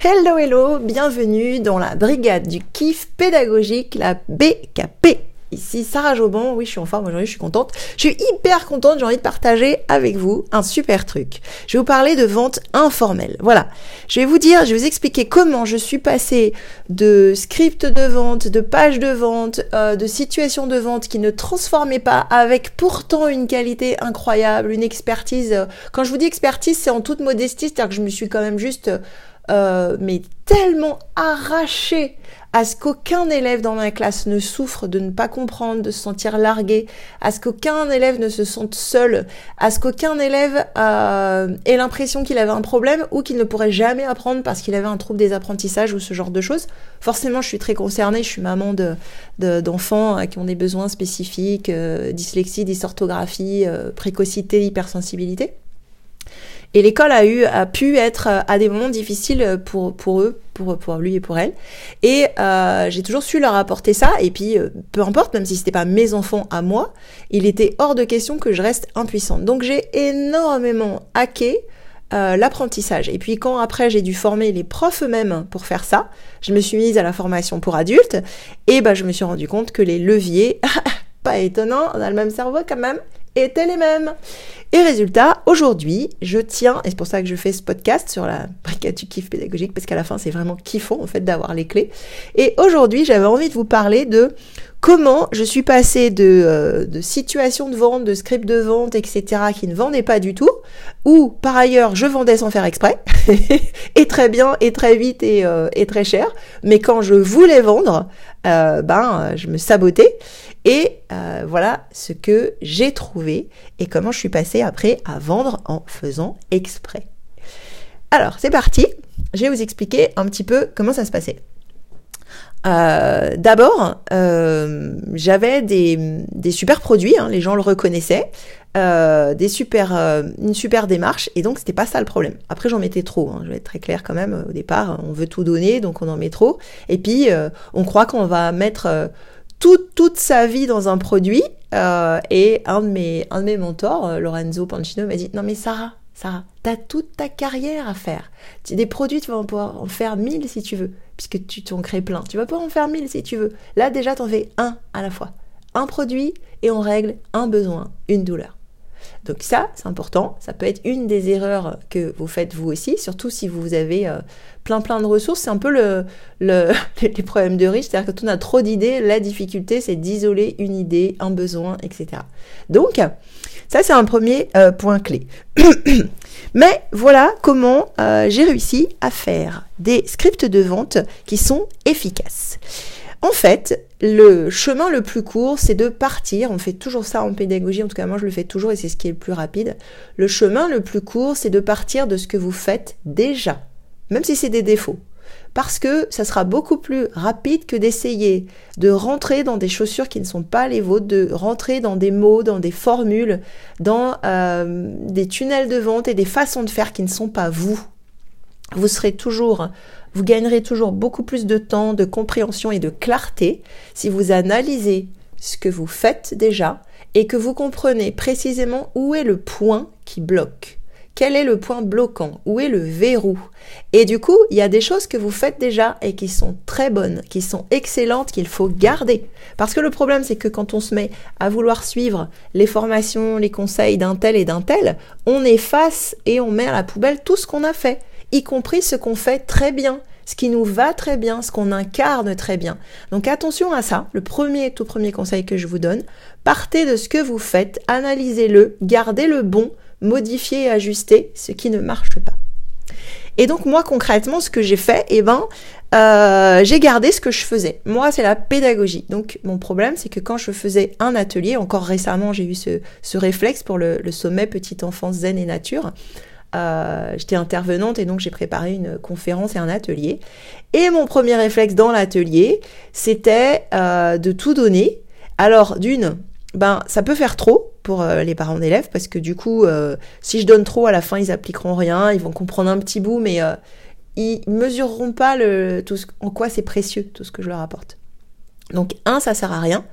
Hello, hello, bienvenue dans la brigade du kiff pédagogique, la BKP. Ici Sarah Jobon, oui je suis en forme aujourd'hui, je suis contente. Je suis hyper contente, j'ai envie de partager avec vous un super truc. Je vais vous parler de vente informelle. Voilà, je vais vous expliquer comment je suis passée de script de vente, de page de vente, de situation de vente qui ne transformait pas avec pourtant une qualité incroyable, une expertise. Quand je vous dis expertise, c'est en toute modestie, c'est-à-dire que je me suis quand même juste... mais tellement arrachée à ce qu'aucun élève dans ma classe ne souffre de ne pas comprendre, de se sentir largué, à ce qu'aucun élève ne se sente seul, à ce qu'aucun élève ait l'impression qu'il avait un problème ou qu'il ne pourrait jamais apprendre parce qu'il avait un trouble des apprentissages ou ce genre de choses. Forcément, je suis très concernée, je suis maman d'enfants qui ont des besoins spécifiques, dyslexie, dysorthographie, précocité, hypersensibilité. Et l'école a pu être à des moments difficiles pour eux, pour lui et pour elle. Et j'ai toujours su leur apporter ça. Et puis, peu importe, même si c'était pas mes enfants à moi, il était hors de question que je reste impuissante. Donc, j'ai énormément hacké l'apprentissage. Et puis, quand après, j'ai dû former les profs eux-mêmes pour faire ça, je me suis mise à la formation pour adultes. Et je me suis rendu compte que les leviers, pas étonnant, on a le même cerveau quand même, étaient les mêmes. Et résultat, aujourd'hui, je tiens, et c'est pour ça que je fais ce podcast sur la brigade du kiff pédagogique, parce qu'à la fin, c'est vraiment kiffant, en fait, d'avoir les clés. Et aujourd'hui, j'avais envie de vous parler de comment je suis passée de situations de vente, de scripts de vente, etc., qui ne vendaient pas du tout, ou, par ailleurs, je vendais sans faire exprès, et très bien, et très vite, et très cher, mais quand je voulais vendre, je me sabotais. Et voilà ce que j'ai trouvé et comment je suis passée après à vendre en faisant exprès. Alors, c'est parti. Je vais vous expliquer un petit peu comment ça se passait. D'abord, j'avais des super produits, les gens le reconnaissaient, une super démarche, et donc c'était pas ça le problème. Après, j'en mettais trop, je vais être très claire quand même. Au départ, on veut tout donner, donc on en met trop. Et puis, on croit qu'on va mettre... toute sa vie dans un produit, et un de mes mentors, Lorenzo Pancino, m'a dit « Non mais Sarah, t'as toute ta carrière à faire. Des produits, tu vas pouvoir en faire 1000 si tu veux, puisque tu t'en crées plein. Tu vas pouvoir en faire 1000 si tu veux. Là déjà, t'en fais un à la fois. Un produit, et on règle un besoin, une douleur. » Donc ça, c'est important. Ça peut être une des erreurs que vous faites vous aussi, surtout si vous avez plein de ressources. C'est un peu les problèmes de riches, c'est-à-dire que quand on a trop d'idées, la difficulté, c'est d'isoler une idée, un besoin, etc. Donc, ça, c'est un premier point clé. Mais voilà comment j'ai réussi à faire des scripts de vente qui sont efficaces. En fait, le chemin le plus court, c'est de partir. On fait toujours ça en pédagogie, en tout cas moi je le fais toujours et c'est ce qui est le plus rapide. Le chemin le plus court, c'est de partir de ce que vous faites déjà, même si c'est des défauts. Parce que ça sera beaucoup plus rapide que d'essayer de rentrer dans des chaussures qui ne sont pas les vôtres, de rentrer dans des mots, dans des formules, dans des tunnels de vente et des façons de faire qui ne sont pas vous. Vous gagnerez toujours beaucoup plus de temps, de compréhension et de clarté si vous analysez ce que vous faites déjà et que vous comprenez précisément où est le point qui bloque. Quel est le point bloquant? Où est le verrou? Et du coup, il y a des choses que vous faites déjà et qui sont très bonnes, qui sont excellentes, qu'il faut garder. Parce que le problème, c'est que quand on se met à vouloir suivre les formations, les conseils d'un tel et d'un tel, on efface et on met à la poubelle tout ce qu'on a fait, y compris ce qu'on fait très bien, ce qui nous va très bien, ce qu'on incarne très bien. Donc attention à ça, tout premier conseil que je vous donne, partez de ce que vous faites, analysez-le, gardez le bon, modifiez et ajustez ce qui ne marche pas. Et donc moi concrètement ce que j'ai fait, j'ai gardé ce que je faisais. Moi c'est la pédagogie. Donc mon problème c'est que quand je faisais un atelier, encore récemment j'ai eu ce réflexe pour le sommet Petite Enfance Zen et Nature. J'étais intervenante et donc j'ai préparé une conférence et un atelier. Et mon premier réflexe dans l'atelier, c'était de tout donner. Alors ça peut faire trop pour les parents d'élèves parce que du coup, si je donne trop, à la fin, ils appliqueront rien, ils vont comprendre un petit bout, mais ils mesureront pas en quoi c'est précieux, tout ce que je leur apporte. Donc ça sert à rien.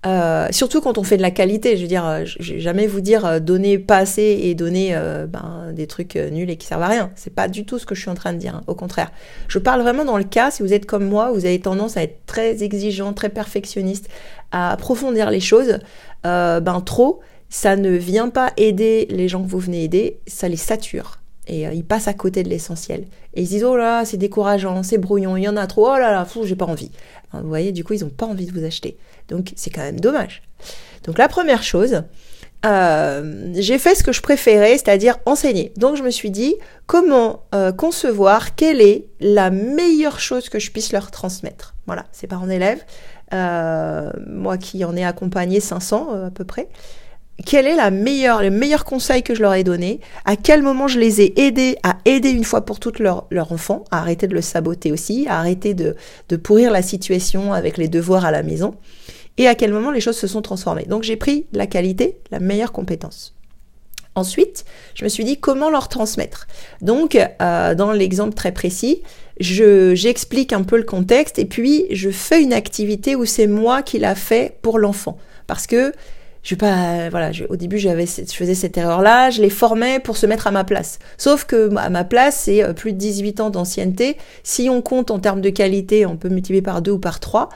Surtout quand on fait de la qualité, je veux dire, je vais jamais vous dire donner pas assez et donner des trucs nuls et qui servent à rien. C'est pas du tout ce que je suis en train de dire, hein. Au contraire. Je parle vraiment dans le cas, si vous êtes comme moi, vous avez tendance à être très exigeant, très perfectionniste, à approfondir les choses, trop, ça ne vient pas aider les gens que vous venez aider, ça les sature. Et ils passent à côté de l'essentiel. Et ils disent, oh là, c'est décourageant, c'est brouillon, il y en a trop, oh là là, j'ai pas envie. Vous voyez, du coup, ils n'ont pas envie de vous acheter. Donc, c'est quand même dommage. Donc, la première chose, j'ai fait ce que je préférais, c'est-à-dire enseigner. Donc, je me suis dit, comment concevoir, quelle est la meilleure chose que je puisse leur transmettre. Voilà, c'est parents d'élèves. Moi qui en ai accompagné 500 à peu près. Quel est le meilleur conseil que je leur ai donné? À quel moment je les ai aidés à aider une fois pour toutes leur enfant, à arrêter de le saboter aussi, à arrêter de pourrir la situation avec les devoirs à la maison, et à quel moment les choses se sont transformées. Donc j'ai pris la qualité, la meilleure compétence. Ensuite, je me suis dit comment leur transmettre. Donc, dans l'exemple très précis, j'explique un peu le contexte et puis je fais une activité où c'est moi qui l'a fait pour l'enfant. Parce que au début, je faisais cette erreur-là, je les formais pour se mettre à ma place. Sauf que à ma place, c'est plus de 18 ans d'ancienneté. Si on compte en termes de qualité, on peut multiplier par 2 ou par 3.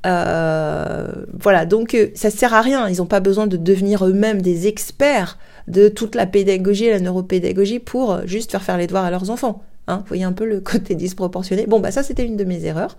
Donc ça sert à rien. Ils n'ont pas besoin de devenir eux-mêmes des experts de toute la pédagogie et la neuropédagogie pour juste faire les devoirs à leurs enfants. Hein, vous voyez un peu le côté disproportionné. Bon, ça, c'était une de mes erreurs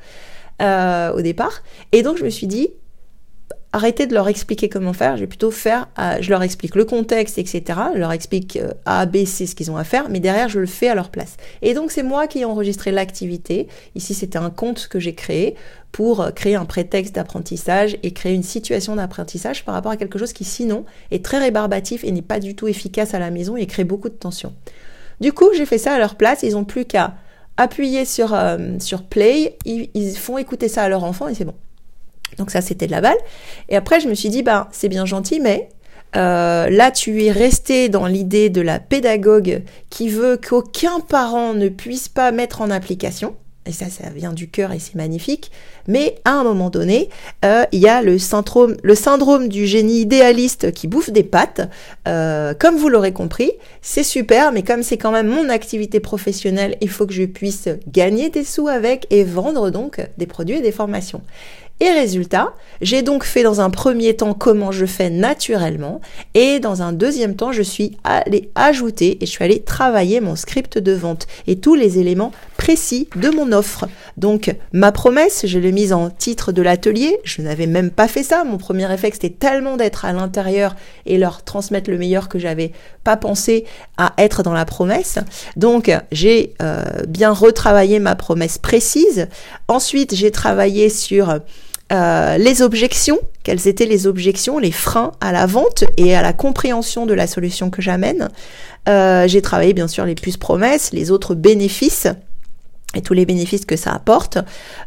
au départ. Et donc, je me suis dit, arrêtez de leur expliquer comment faire, je vais plutôt je leur explique le contexte, etc. Je leur explique A, B, C, ce qu'ils ont à faire, mais derrière, je le fais à leur place. Et donc, c'est moi qui ai enregistré l'activité. Ici, c'était un compte que j'ai créé pour créer un prétexte d'apprentissage et créer une situation d'apprentissage par rapport à quelque chose qui, sinon, est très rébarbatif et n'est pas du tout efficace à la maison et crée beaucoup de tension. Du coup, j'ai fait ça à leur place. Ils n'ont plus qu'à appuyer sur play. Ils font écouter ça à leur enfant et c'est bon. Donc ça, c'était de la balle. Et après, je me suis dit, c'est bien gentil, mais là, tu es resté dans l'idée de la pédagogue qui veut qu'aucun parent ne puisse pas mettre en application. Et ça vient du cœur et c'est magnifique. Mais à un moment donné, il y a le syndrome du génie idéaliste qui bouffe des pattes. Comme vous l'aurez compris, c'est super, mais comme c'est quand même mon activité professionnelle, il faut que je puisse gagner des sous avec et vendre donc des produits et des formations. Et résultat, j'ai donc fait dans un premier temps comment je fais naturellement et dans un deuxième temps, je suis allée ajouter et je suis allée travailler mon script de vente et tous les éléments précis de mon offre. Donc, ma promesse, je l'ai mise en titre de l'atelier. Je n'avais même pas fait ça. Mon premier réflexe, c'était tellement d'être à l'intérieur et leur transmettre le meilleur que j'avais pas pensé à être dans la promesse. Donc, j'ai bien retravaillé ma promesse précise. Ensuite, j'ai travaillé sur les objections, quelles étaient les objections, les freins à la vente et à la compréhension de la solution que j'amène. J'ai travaillé bien sûr les plus promesses, les autres bénéfices et tous les bénéfices que ça apporte,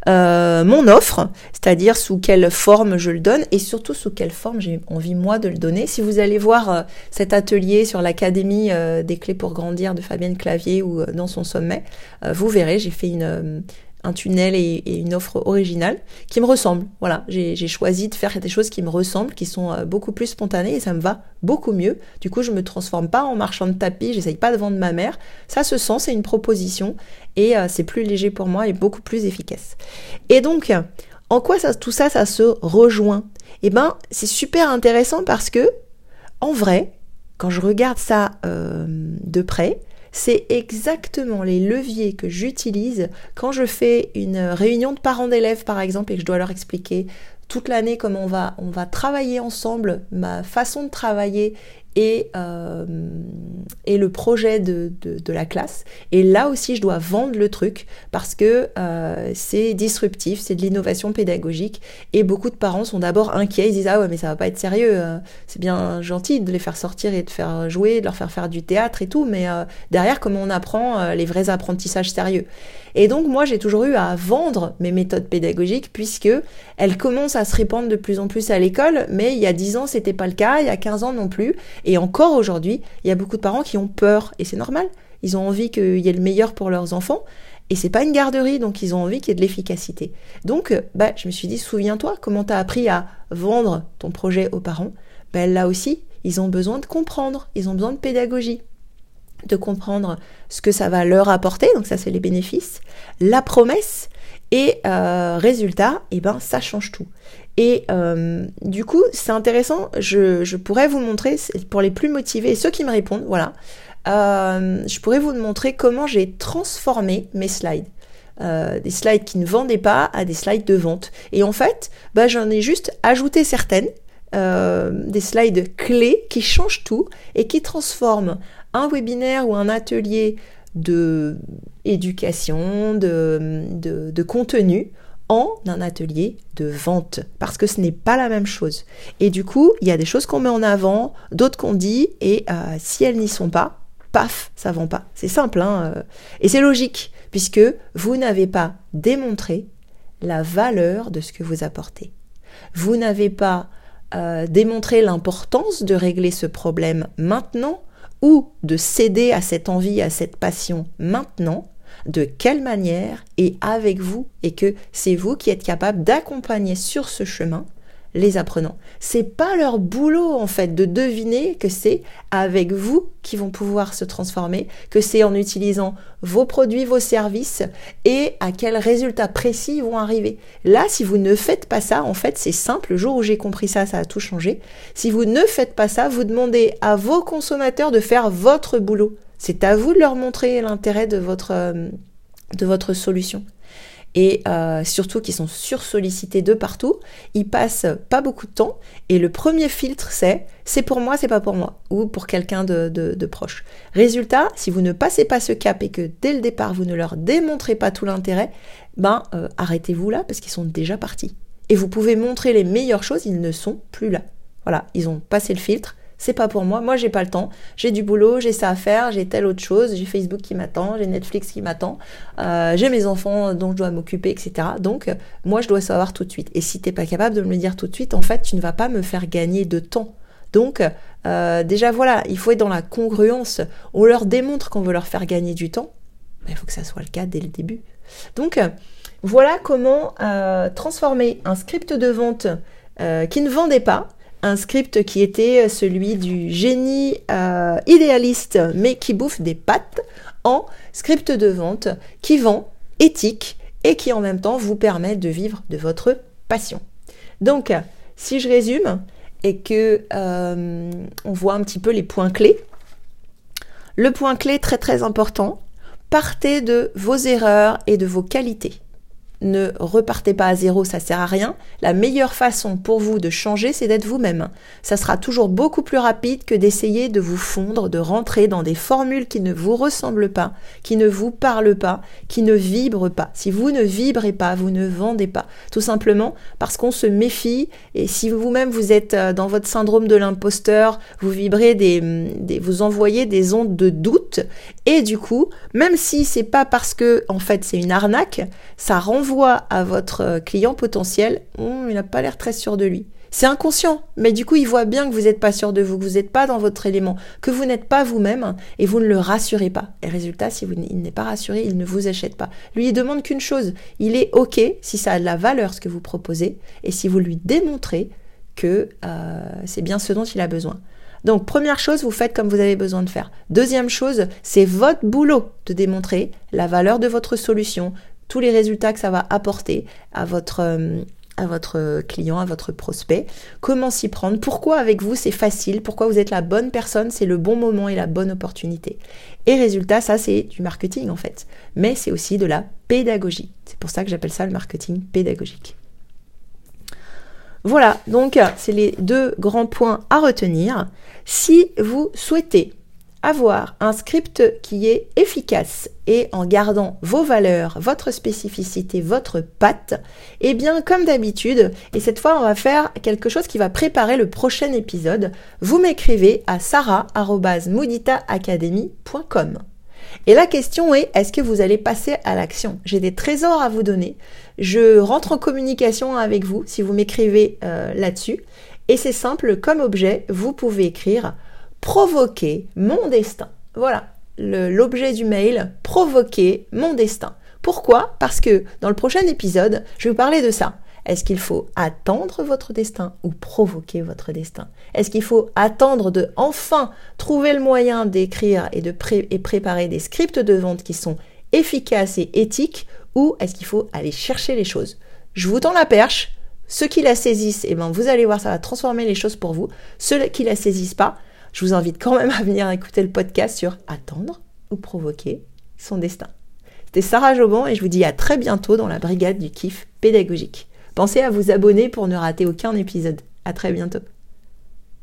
mon offre, c'est-à-dire sous quelle forme je le donne et surtout sous quelle forme j'ai envie moi de le donner. Si vous allez voir cet atelier sur l'Académie des clés pour grandir de Fabienne Clavier ou dans son sommet, vous verrez, j'ai fait un tunnel et une offre originale qui me ressemble. Voilà, j'ai choisi de faire des choses qui me ressemblent, qui sont beaucoup plus spontanées et ça me va beaucoup mieux. Du coup, je me transforme pas en marchand de tapis, j'essaye pas de vendre ma mère. Ça se sent, c'est une proposition et c'est plus léger pour moi et beaucoup plus efficace. Et donc, en quoi tout ça se rejoint? C'est super intéressant parce que, en vrai, quand je regarde ça de près, c'est exactement les leviers que j'utilise quand je fais une réunion de parents d'élèves, par exemple, et que je dois leur expliquer toute l'année comment on va travailler ensemble, ma façon de travailler et le projet de la classe. Et là aussi, je dois vendre le truc parce que c'est disruptif, c'est de l'innovation pédagogique et beaucoup de parents sont d'abord inquiets, ils disent « Ah ouais, mais ça va pas être sérieux, c'est bien gentil de les faire sortir et de faire jouer, de leur faire du théâtre et tout, mais derrière, comment on apprend les vrais apprentissages sérieux ?» Et donc, moi, j'ai toujours eu à vendre mes méthodes pédagogiques puisque elles commencent à se répandre de plus en plus à l'école, mais il y a 10 ans, c'était pas le cas, il y a 15 ans non plus. Et encore aujourd'hui, il y a beaucoup de parents qui ont peur, et c'est normal. Ils ont envie qu'il y ait le meilleur pour leurs enfants. Et c'est pas une garderie, donc ils ont envie qu'il y ait de l'efficacité. Donc, je me suis dit, souviens-toi, comment tu as appris à vendre ton projet aux parents. Là aussi, ils ont besoin de comprendre, ils ont besoin de pédagogie, de comprendre ce que ça va leur apporter, donc ça c'est les bénéfices, la promesse, et résultat, ça change tout. Et du coup, c'est intéressant, je pourrais vous montrer, pour les plus motivés, et ceux qui me répondent, voilà, je pourrais vous montrer comment j'ai transformé mes slides. Des slides qui ne vendaient pas à des slides de vente. Et en fait, j'en ai juste ajouté certaines, des slides clés qui changent tout et qui transforment un webinaire ou un atelier de éducation, de contenu en un atelier de vente, parce que ce n'est pas la même chose. Et du coup, il y a des choses qu'on met en avant, d'autres qu'on dit, et si elles n'y sont pas, paf, ça vend pas. C'est simple, et c'est logique, puisque vous n'avez pas démontré la valeur de ce que vous apportez. Vous n'avez pas démontré l'importance de régler ce problème maintenant, ou de céder à cette envie, à cette passion maintenant, de quelle manière et avec vous, et que c'est vous qui êtes capable d'accompagner sur ce chemin les apprenants. C'est pas leur boulot en fait de deviner que c'est avec vous qu'ils vont pouvoir se transformer, que c'est en utilisant vos produits, vos services et à quel résultat précis ils vont arriver. Là, si vous ne faites pas ça, en fait, c'est simple. Le jour où j'ai compris ça, ça a tout changé. Si vous ne faites pas ça, vous demandez à vos consommateurs de faire votre boulot. C'est à vous de leur montrer l'intérêt de votre solution. Et surtout qu'ils sont sursollicités de partout, ils passent pas beaucoup de temps, et le premier filtre c'est pour moi, c'est pas pour moi, ou pour quelqu'un de proche. Résultat, si vous ne passez pas ce cap et que dès le départ vous ne leur démontrez pas tout l'intérêt, arrêtez-vous là parce qu'ils sont déjà partis. Et vous pouvez montrer les meilleures choses, ils ne sont plus là. Voilà, ils ont passé le filtre. C'est pas pour moi j'ai pas le temps, j'ai du boulot, j'ai ça à faire, j'ai telle autre chose, j'ai Facebook qui m'attend, j'ai Netflix qui m'attend, j'ai mes enfants dont je dois m'occuper, etc. Donc, moi je dois savoir tout de suite. Et si t'es pas capable de me le dire tout de suite, en fait, tu ne vas pas me faire gagner de temps. Donc, déjà voilà, il faut être dans la congruence. On leur démontre qu'on veut leur faire gagner du temps, mais il faut que ça soit le cas dès le début. Donc, voilà comment transformer un script de vente qui ne vendait pas, un script qui était celui du génie idéaliste mais qui bouffe des pâtes, en script de vente qui vend, éthique et qui en même temps vous permet de vivre de votre passion. Donc, si je résume et que on voit un petit peu les points clés, le point clé très très important, partez de vos erreurs et de vos qualités. Ne repartez pas à zéro, ça sert à rien. La meilleure façon pour vous de changer, c'est d'être vous-même. Ça sera toujours beaucoup plus rapide que d'essayer de vous fondre, de rentrer dans des formules qui ne vous ressemblent pas, qui ne vous parlent pas, qui ne vibrent pas. Si vous ne vibrez pas, vous ne vendez pas. Tout simplement parce qu'on se méfie, et si vous-même vous êtes dans votre syndrome de l'imposteur, vous vibrez vous envoyez des ondes de doute, et du coup, même si c'est pas parce que, en fait, c'est une arnaque, ça renvoie à votre client potentiel, il n'a pas l'air très sûr de lui. C'est inconscient, mais du coup, il voit bien que vous n'êtes pas sûr de vous, que vous n'êtes pas dans votre élément, que vous n'êtes pas vous-même, et vous ne le rassurez pas. Et résultat, si il n'est pas rassuré, il ne vous achète pas. Lui, il demande qu'une chose, il est OK si ça a de la valeur ce que vous proposez, et si vous lui démontrez que c'est bien ce dont il a besoin. Donc, première chose, vous faites comme vous avez besoin de faire. Deuxième chose, c'est votre boulot de démontrer la valeur de votre solution, tous les résultats que ça va apporter à votre client, à votre prospect, comment s'y prendre, pourquoi avec vous c'est facile, pourquoi vous êtes la bonne personne, c'est le bon moment et la bonne opportunité. Et résultat, ça c'est du marketing en fait, mais c'est aussi de la pédagogie. C'est pour ça que j'appelle ça le marketing pédagogique. Voilà, donc c'est les deux grands points à retenir. Si vous souhaitez avoir un script qui est efficace et en gardant vos valeurs, votre spécificité, votre patte, eh bien comme d'habitude, et cette fois on va faire quelque chose qui va préparer le prochain épisode, vous m'écrivez à sarah@mouditaacademy.com. Et la question est, est-ce que vous allez passer à l'action ? J'ai des trésors à vous donner, je rentre en communication avec vous si vous m'écrivez là-dessus, et c'est simple, comme objet, vous pouvez écrire provoquer mon destin. Voilà, l'objet du mail « Provoquer mon destin ». Pourquoi ? Parce que dans le prochain épisode, je vais vous parler de ça. Est-ce qu'il faut attendre votre destin ou provoquer votre destin ? Est-ce qu'il faut attendre de enfin trouver le moyen d'écrire et de préparer des scripts de vente qui sont efficaces et éthiques, ou est-ce qu'il faut aller chercher les choses ? Je vous tends la perche. Ceux qui la saisissent, vous allez voir, ça va transformer les choses pour vous. Ceux qui la saisissent pas, je vous invite quand même à venir écouter le podcast sur attendre ou provoquer son destin. C'était Sarah Jobban et je vous dis à très bientôt dans la brigade du kiff pédagogique. Pensez à vous abonner pour ne rater aucun épisode. À très bientôt.